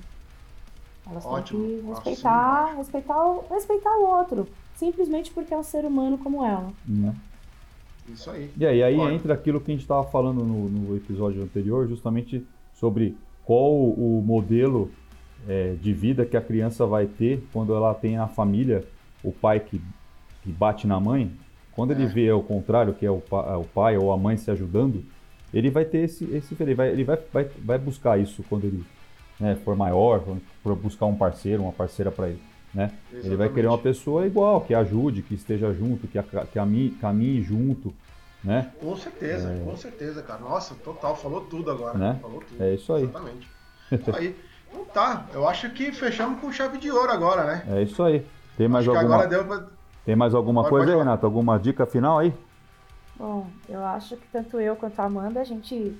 Speaker 1: Elas
Speaker 2: Ótimo.
Speaker 1: têm que respeitar, Nossa, respeitar, o, respeitar o outro, simplesmente porque é um ser humano como ela.
Speaker 3: É.
Speaker 2: Isso aí.
Speaker 3: E aí, aí entra aquilo que a gente estava falando no, no episódio anterior, justamente sobre qual o modelo é, de vida que a criança vai ter quando ela tem na família o pai que, que bate na mãe. Quando ele vê o contrário, que é o, pa, o pai ou a mãe se ajudando, ele vai ter esse... esse ele vai, ele vai, vai, vai buscar isso quando ele, né, for maior, for buscar um parceiro, uma parceira para ele. Né? Ele vai querer uma pessoa igual, que ajude, que esteja junto, que, a, que a, caminhe junto. Né?
Speaker 2: Com certeza, é... com certeza, cara. Nossa, total, falou tudo agora.
Speaker 3: Né?
Speaker 2: Falou tudo.
Speaker 3: É isso aí.
Speaker 2: Exatamente. Isso aí. Então tá, eu acho que fechamos com chave de ouro agora, né?
Speaker 3: É isso aí. Tem mais
Speaker 2: acho
Speaker 3: alguma...
Speaker 2: que agora deu pra...
Speaker 3: Tem mais alguma pode, coisa pode aí, Renata? Alguma dica final aí?
Speaker 1: Bom, eu acho que tanto eu quanto a Amanda, a gente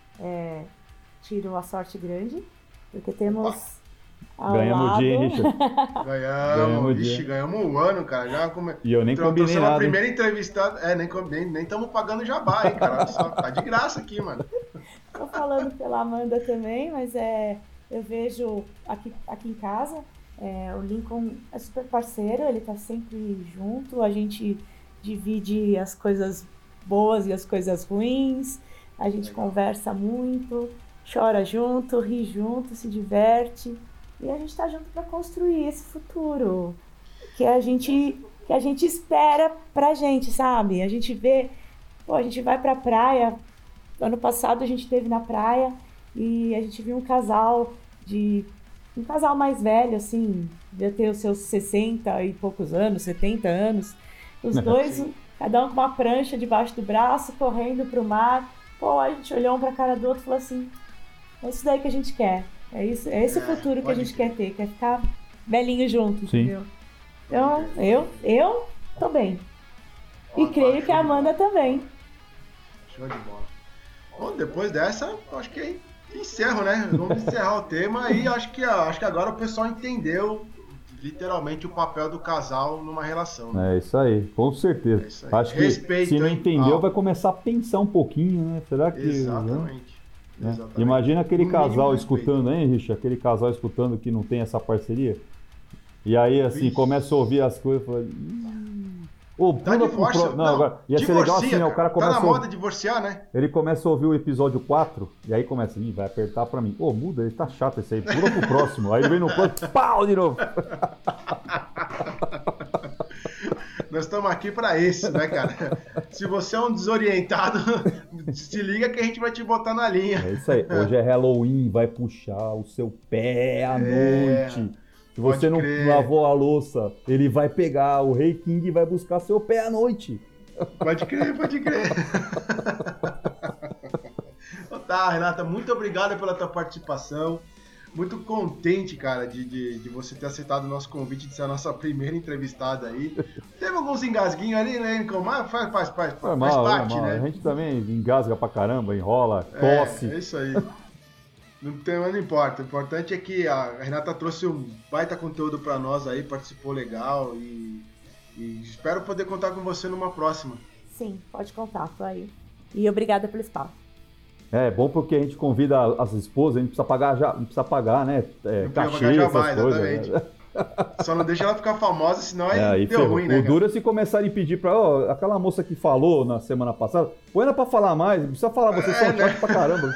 Speaker 1: é, tirou a sorte grande, porque temos ao
Speaker 3: ganhamos
Speaker 1: lado...
Speaker 3: o dia, hein, Richard?
Speaker 2: Ganhamos, ganhamos, vixe, ganhamos um ano, cara. Já come...
Speaker 3: E eu nem combinei nada.
Speaker 2: A primeira entrevistada, é, nem nem estamos pagando jabá, hein, cara. Só tá de graça aqui, mano.
Speaker 1: Tô falando pela Amanda também, mas é, eu vejo aqui, aqui em casa... É, o Lincoln é super parceiro, ele tá sempre junto, a gente divide as coisas boas e as coisas ruins, a gente conversa muito, chora junto, ri junto, se diverte, e a gente tá junto para construir esse futuro que a gente, que a gente espera pra gente, sabe? A gente vê, pô, a gente vai pra praia, ano passado a gente esteve na praia e a gente viu um casal de... Um casal mais velho, assim, devia ter os seus sessenta e poucos anos, setenta anos. Os dois, Sim. cada um com uma prancha debaixo do braço, correndo pro mar. Pô, a gente olhou um pra cara do outro e falou assim, é isso daí que a gente quer. É, isso, é esse é, o futuro que a gente quer ter, quer ficar velhinho junto,
Speaker 3: Sim.
Speaker 1: entendeu? Então, eu, eu tô bem. E Opa, creio que a Amanda também.
Speaker 2: Show de bola. Bom, depois dessa, acho que aí encerro, né? Vamos encerrar o tema e acho que, acho que agora o pessoal entendeu literalmente o papel do casal numa relação. Né?
Speaker 3: É isso aí, com certeza. É isso aí. Acho que Respeito, se não entendeu, hein? Vai começar a pensar um pouquinho, né? Será que...
Speaker 2: Exatamente.
Speaker 3: Né?
Speaker 2: Exatamente.
Speaker 3: Imagina aquele
Speaker 2: No
Speaker 3: casal escutando, hein, Richard? Aquele casal escutando que não tem essa parceria. E aí, assim, Vixe. começa a ouvir as coisas e fala...
Speaker 2: Ô, tá divórcio, pro... não, não, agora ia ser legal assim, né? O cara começa. Tá na moda a... divorciar, né?
Speaker 3: Ele começa a ouvir o episódio quatro, e aí começa, Ih, vai apertar pra mim. Ô, muda, ele tá chato esse aí, pula pro próximo. Aí ele vem no próximo, pau, de novo.
Speaker 2: Nós estamos aqui pra isso, né, cara? Se você é um desorientado, se liga que a gente vai te botar na linha.
Speaker 3: É isso aí, hoje é Halloween, vai puxar o seu pé à é... noite. Se você não lavou a louça, ele vai pegar o Rei King e vai buscar seu pé à noite.
Speaker 2: Pode crer, pode crer. Tá, Renata, muito obrigado pela tua participação. Muito contente, cara, de, de, de você ter aceitado o nosso convite de ser a nossa primeira entrevistada aí. Teve alguns engasguinhos ali, né, Lincoln? Mas faz, faz, faz, faz
Speaker 3: mal,
Speaker 2: parte,
Speaker 3: mal.
Speaker 2: né?
Speaker 3: A gente também engasga pra caramba, enrola, tosse.
Speaker 2: É, é isso aí. Não, tem, não importa, o importante é que a Renata trouxe um baita conteúdo para nós aí, participou legal e, e espero poder contar com você numa próxima.
Speaker 1: Sim, pode contar, tô aí. E obrigada pelo espaço.
Speaker 3: É bom porque a gente convida as esposas, a gente precisa pagar, já, não precisa pagar, né? É,
Speaker 2: não
Speaker 3: cachê,
Speaker 2: pagar jabá,
Speaker 3: essas coisas,
Speaker 2: exatamente.
Speaker 3: Né?
Speaker 2: Só não deixa ela ficar famosa, senão aí, aí deu
Speaker 3: ferrou.
Speaker 2: ruim, né?
Speaker 3: O duro é se começarem a pedir pra, ó, aquela moça que falou na semana passada, põe ela pra falar mais, não precisa falar, vocês é, são né? chatos pra caramba.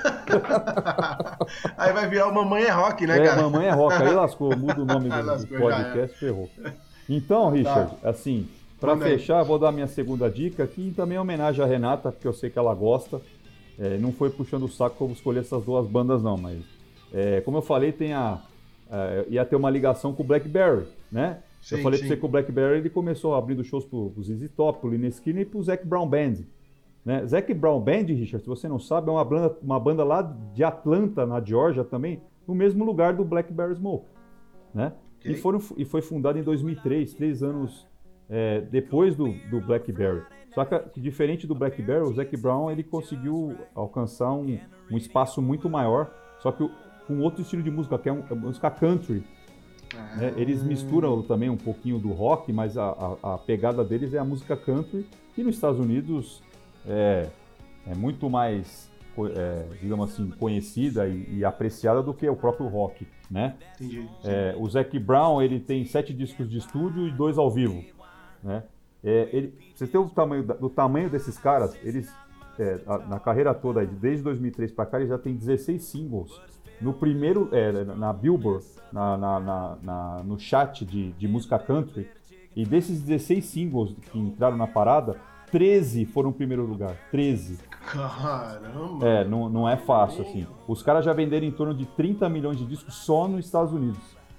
Speaker 2: Aí vai virar o Mamãe é Rock, né,
Speaker 3: é,
Speaker 2: cara?
Speaker 3: Mamãe é Rock, aí lascou, muda o nome do, lascou, do podcast, ferrou. Então, Richard, tá. assim, pra Manda fechar, aí. Vou dar a minha segunda dica, que também é homenagem à Renata, porque eu sei que ela gosta. É, não foi puxando o saco como escolher essas duas bandas, não, mas é, como eu falei, tem a, a, ia ter uma ligação com o Blackberry, né? Sim, eu falei sim. pra você que o Blackberry ele começou abrindo shows pro, pro Z Z Top, pro Lynyrd Skynyrd e pro Zac Brown Band. Né? Zac Brown Band, Richard, se você não sabe, é uma banda, uma banda lá de Atlanta, na Georgia também, no mesmo lugar do Blackberry Smoke. Né? Okay. E, foram, e foi fundado em dois mil e três, três anos é, depois do, do Blackberry. Só que, diferente do Blackberry, o Zac Brown ele conseguiu alcançar um, um espaço muito maior, só que com outro estilo de música, que é um, a música country. Ah. Né? Eles misturam também um pouquinho do rock, mas a, a, a pegada deles é a música country, que nos Estados Unidos é, é muito mais, é, digamos assim, conhecida e, e apreciada do que o próprio rock. Né?
Speaker 2: Entendi.
Speaker 3: É, o Zac Brown ele tem sete discos de estúdio e dois ao vivo. Né? É, ele, você tem o tamanho, do tamanho desses caras, eles é, na carreira toda, aí, desde dois mil e três para cá, ele já tem dezesseis singles. No primeiro, é, na Billboard, na, na, na, na, no chat de, de música country, e desses dezesseis singles que entraram na parada, treze foram o primeiro lugar. treze.
Speaker 2: Caramba!
Speaker 3: É, não, não é fácil, assim. Os caras já venderam em torno de trinta milhões de discos só nos Estados Unidos.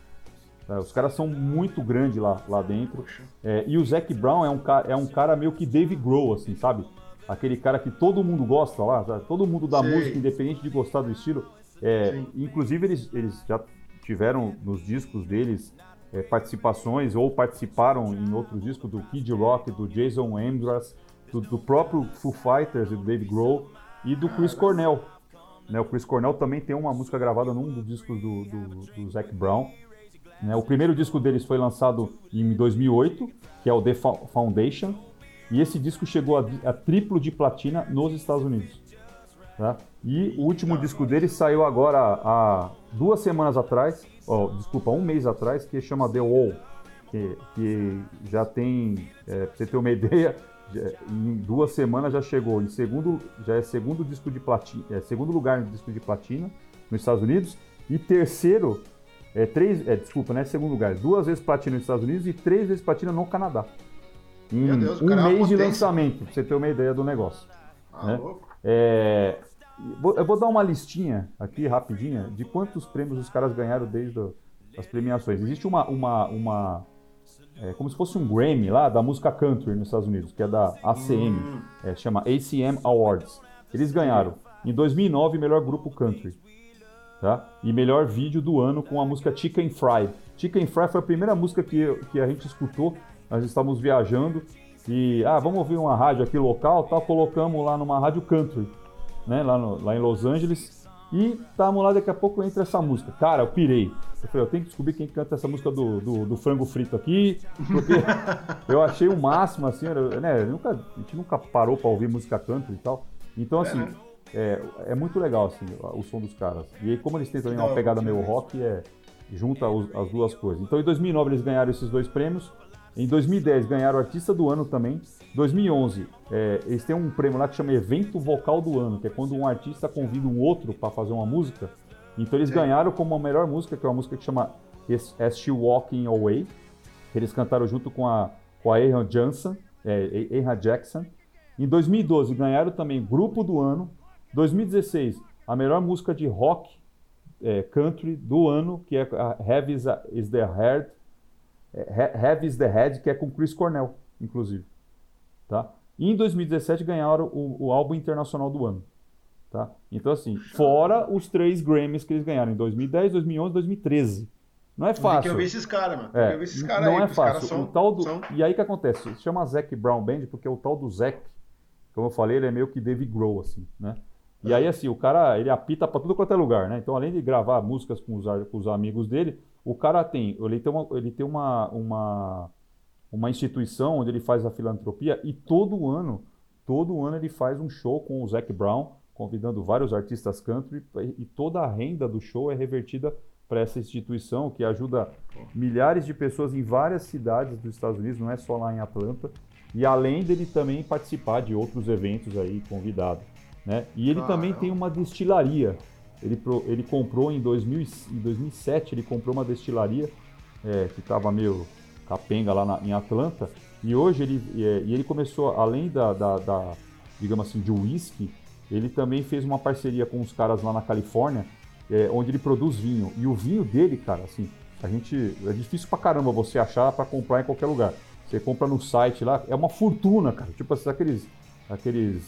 Speaker 3: É, os caras são muito grandes lá, lá dentro. É, e o Zac Brown é um, é um cara meio que Dave Grohl, assim, sabe? Aquele cara que todo mundo gosta lá, sabe? Todo mundo da
Speaker 2: Sei.
Speaker 3: música, independente de gostar do estilo. É, inclusive, eles, eles já tiveram nos discos deles é, participações ou participaram em outros discos do Kid Rock, do Jason Mraz, do, do próprio Foo Fighters, do Dave Grohl e do Chris Cornell. Né, o Chris Cornell também tem uma música gravada num dos discos do, do, do Zac Brown. Né, o primeiro disco deles foi lançado em dois mil e oito, que é o The Foundation, e esse disco chegou a, a triplo de platina nos Estados Unidos. Tá? E o último disco dele saiu agora há duas semanas atrás, oh, desculpa, um mês atrás, que chama The Wall, que, que já tem, é, pra você ter uma ideia, já, em duas semanas já chegou em segundo, já é segundo disco de platina, é segundo lugar no disco de platina nos Estados Unidos e terceiro, é, três, é, desculpa, não é segundo lugar, duas vezes platina nos Estados Unidos e três vezes platina no Canadá. Em
Speaker 2: Meu Deus, o
Speaker 3: um
Speaker 2: cara é uma
Speaker 3: mês de
Speaker 2: potência.
Speaker 3: lançamento, pra você ter uma ideia do negócio.
Speaker 2: Ah,
Speaker 3: né?
Speaker 2: louco.
Speaker 3: É, eu vou dar uma listinha aqui rapidinha de quantos prêmios os caras ganharam desde as premiações. Existe uma, uma, uma é, como se fosse um Grammy lá da música country nos Estados Unidos, que é da A C M,
Speaker 2: Hum.
Speaker 3: é, chama A C M Awards. Eles ganharam em dois mil e nove melhor grupo country, tá? E melhor vídeo do ano com a música Chicken Fried. Chicken Fried foi a primeira música que, que a gente escutou. Nós estávamos viajando e, ah, vamos ouvir uma rádio aqui local, tal, colocamos lá numa rádio country, né, lá, no, lá em Los Angeles, e estávamos lá, daqui a pouco entra essa música. Cara, eu pirei. Eu falei, eu tenho que descobrir quem canta essa música do, do, do frango frito aqui, porque eu achei o máximo, assim, era, né, nunca, a gente nunca parou para ouvir música country e tal. Então, assim, é, é muito legal, assim, o som dos caras. E aí, como eles têm também uma pegada meio rock, é, junta os, as duas coisas. Então, em dois mil e nove, eles ganharam esses dois prêmios. Em dois mil e dez ganharam Artista do Ano também. Em dois mil e onze, é, eles têm um prêmio lá que chama Evento Vocal do Ano, que é quando um artista convida um outro para fazer uma música. Então eles ganharam como a melhor música, que é uma música que chama As She Walking Away. Eles cantaram junto com a, com a Aaron Johnson, é, Aaron Jackson. Em dois mil e doze ganharam também Grupo do Ano. Em dois mil e dezesseis, a melhor música de rock é, country do ano, que é a Heavy is, a, is the Heart. Heavy is the Head, que é com Chris Cornell, inclusive. Tá? E em dois mil e dezessete ganharam o, o álbum internacional do ano. Tá? Então, assim, fora os três Grammys que eles ganharam em dois mil e dez, dois mil e onze e dois mil e treze. Não é fácil.
Speaker 2: Tem que ouvir esses caras, mano. Tem
Speaker 3: É,
Speaker 2: que ouvir esses caras
Speaker 3: não
Speaker 2: aí.
Speaker 3: é
Speaker 2: Os caras
Speaker 3: fácil.
Speaker 2: são,
Speaker 3: o tal do...
Speaker 2: são...
Speaker 3: E aí o que acontece? Se chama Zac Brown Band porque o tal do Zac, como eu falei, ele é meio que Dave Grohl, assim, né? E aí, assim, o cara, ele apita pra tudo quanto é lugar, né? Então, além de gravar músicas com os, com os amigos dele, o cara tem, ele tem, uma, ele tem uma, uma, uma instituição onde ele faz a filantropia e todo ano, todo ano ele faz um show com o Zac Brown, convidando vários artistas country, e toda a renda do show é revertida para essa instituição que ajuda milhares de pessoas em várias cidades dos Estados Unidos, não é só lá em Atlanta, e além dele também participar de outros eventos aí convidado, né? E ele também tem uma destilaria. Ele, ele comprou em, dois mil, em dois mil e sete, ele comprou uma destilaria é, que estava meio capenga lá na, em Atlanta, e hoje ele, é, e ele começou, além da, da, da digamos assim, de whisky, ele também fez uma parceria com os caras lá na Califórnia, é, onde ele produz vinho. E o vinho dele, cara, assim, a gente, é difícil pra caramba você achar pra comprar em qualquer lugar. Você compra no site lá, é uma fortuna, cara. Tipo assim, aqueles, aqueles,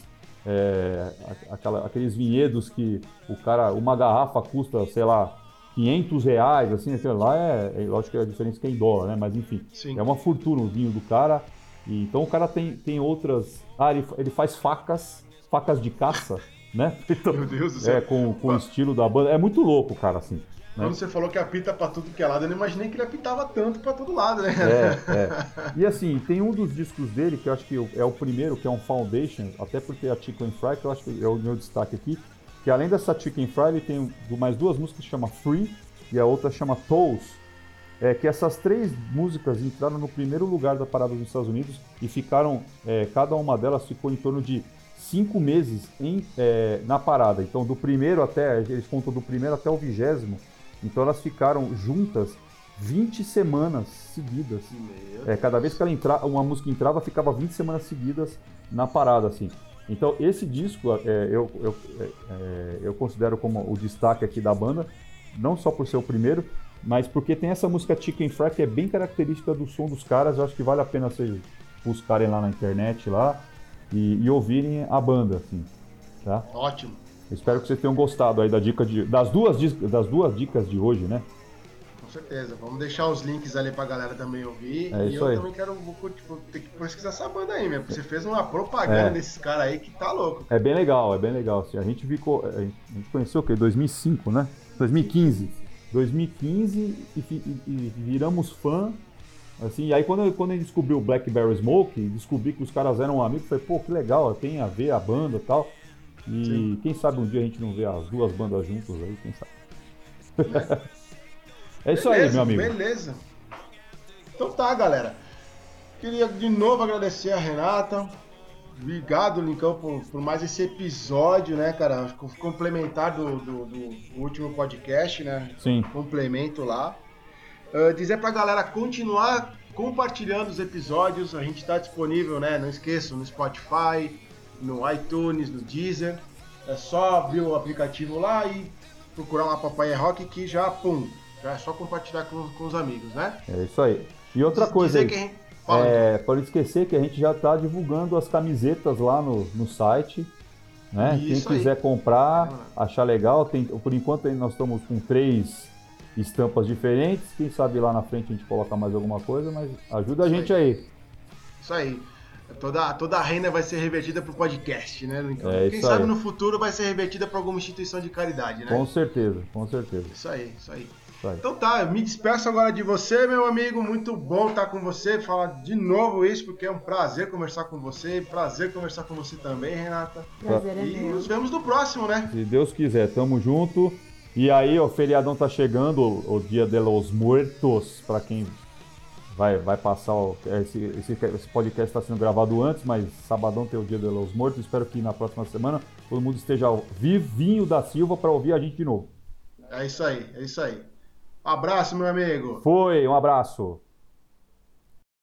Speaker 3: é, aquela, aqueles vinhedos que o cara, uma garrafa custa, sei lá, quinhentos reais, assim, aquilo lá é, é, lógico que é a diferença que é em dólar, né? Mas enfim, Sim. é uma fortuna o vinho do cara. E, então o cara tem, tem outras, ah, ele, ele faz facas, facas de caça, né? Então,
Speaker 2: meu Deus do céu.
Speaker 3: É, com, com o estilo da banda, é muito louco, cara, assim.
Speaker 2: Quando né? você falou que apita pra tudo que é lado, eu não imaginei que ele apitava tanto pra todo lado, né?
Speaker 3: É, é. E assim, tem um dos discos dele, que eu acho que é o primeiro, que é um Foundation, até por ter a Chicken Fry, que eu acho que é o meu destaque aqui, que além dessa Chicken Fry, ele tem mais duas músicas que chama Free, e a outra chama Toes, é, que essas três músicas entraram no primeiro lugar da parada dos Estados Unidos e ficaram, é, cada uma delas ficou em torno de cinco meses em, é, na parada. Então, do primeiro até, eles contam do primeiro até o vigésimo. Então, elas ficaram juntas vinte semanas seguidas. É, cada vez que ela entra, uma música entrava, ficava vinte semanas seguidas na parada, assim. Então, esse disco é, eu, eu, é, eu considero como o destaque aqui da banda, não só por ser o primeiro, mas porque tem essa música Chicken Fry que é bem característica do som dos caras. Eu acho que vale a pena vocês buscarem lá na internet lá e, e ouvirem a banda, assim, tá?
Speaker 2: Ótimo.
Speaker 3: Espero que vocês tenham gostado aí da dica de, das, duas, das duas dicas de hoje, né?
Speaker 2: Com certeza. Vamos deixar os links ali pra galera também ouvir.
Speaker 3: É
Speaker 2: e
Speaker 3: isso
Speaker 2: eu
Speaker 3: aí.
Speaker 2: também quero vou, vou ter que pesquisar essa banda aí, meu. Porque você fez uma propaganda
Speaker 3: É.
Speaker 2: desses caras aí que tá louco.
Speaker 3: É bem legal, é bem legal. Assim, a gente ficou, a gente conheceu o quê? dois mil e cinco, né? dois mil e quinze. dois mil e quinze e, e, e viramos fã. Assim, e aí quando eu, quando eu descobri o Blackberry Smoke, descobri que os caras eram amigos, falei, pô, que legal, tem a ver a banda e tal. E Sim. quem sabe um dia a gente não vê as duas bandas juntas aí, quem sabe.
Speaker 2: É.
Speaker 3: É isso
Speaker 2: beleza,
Speaker 3: aí, meu amigo.
Speaker 2: Beleza. Então tá, galera. Queria de novo agradecer a Renata. Obrigado, Lincão, por, por mais esse episódio, né, cara? Complementar do, do, do último podcast, né?
Speaker 3: Sim.
Speaker 2: Complemento lá. Uh, dizer pra galera continuar compartilhando os episódios. A gente tá disponível, né? Não esqueçam, no Spotify, no iTunes, no Deezer. É só abrir o aplicativo lá e procurar uma Papaya Rock que já, pum, já é só compartilhar com, com os amigos, né?
Speaker 3: É isso aí. E outra
Speaker 2: Diz,
Speaker 3: coisa aí,
Speaker 2: que gente... Fala,
Speaker 3: é, pode esquecer que a gente já está divulgando as camisetas lá no, no site, né?
Speaker 2: Isso
Speaker 3: Quem quiser
Speaker 2: aí.
Speaker 3: comprar,
Speaker 2: É,
Speaker 3: achar legal, tem, por enquanto nós estamos com três estampas diferentes, quem sabe lá na frente a gente coloca mais alguma coisa, mas ajuda a
Speaker 2: Isso
Speaker 3: gente
Speaker 2: aí.
Speaker 3: aí.
Speaker 2: Isso aí. Toda, toda a renda vai ser revertida pro podcast, né, Lincão?
Speaker 3: É
Speaker 2: Quem
Speaker 3: isso
Speaker 2: sabe
Speaker 3: aí.
Speaker 2: no futuro vai ser revertida para alguma instituição de caridade, né?
Speaker 3: Com certeza, com certeza.
Speaker 2: Isso aí, isso aí.
Speaker 3: Isso aí.
Speaker 2: Então tá, eu me despeço agora de você, meu amigo. Muito bom estar com você, falar de novo isso, porque é um prazer conversar com você. Prazer conversar com você também, Renata.
Speaker 1: Prazer é
Speaker 2: E
Speaker 1: meu.
Speaker 2: nos vemos no próximo, né?
Speaker 3: Se Deus quiser, tamo junto. E aí, o feriadão tá chegando, o Dia de los Muertos, para quem vai, vai passar. O, esse, esse, esse podcast está sendo gravado antes, mas sabadão tem o Dia de los Muertos. Espero que na próxima semana todo mundo esteja vivinho da Silva para ouvir a gente de novo.
Speaker 2: É isso aí, é isso aí. Um abraço, meu amigo.
Speaker 3: Foi, um abraço.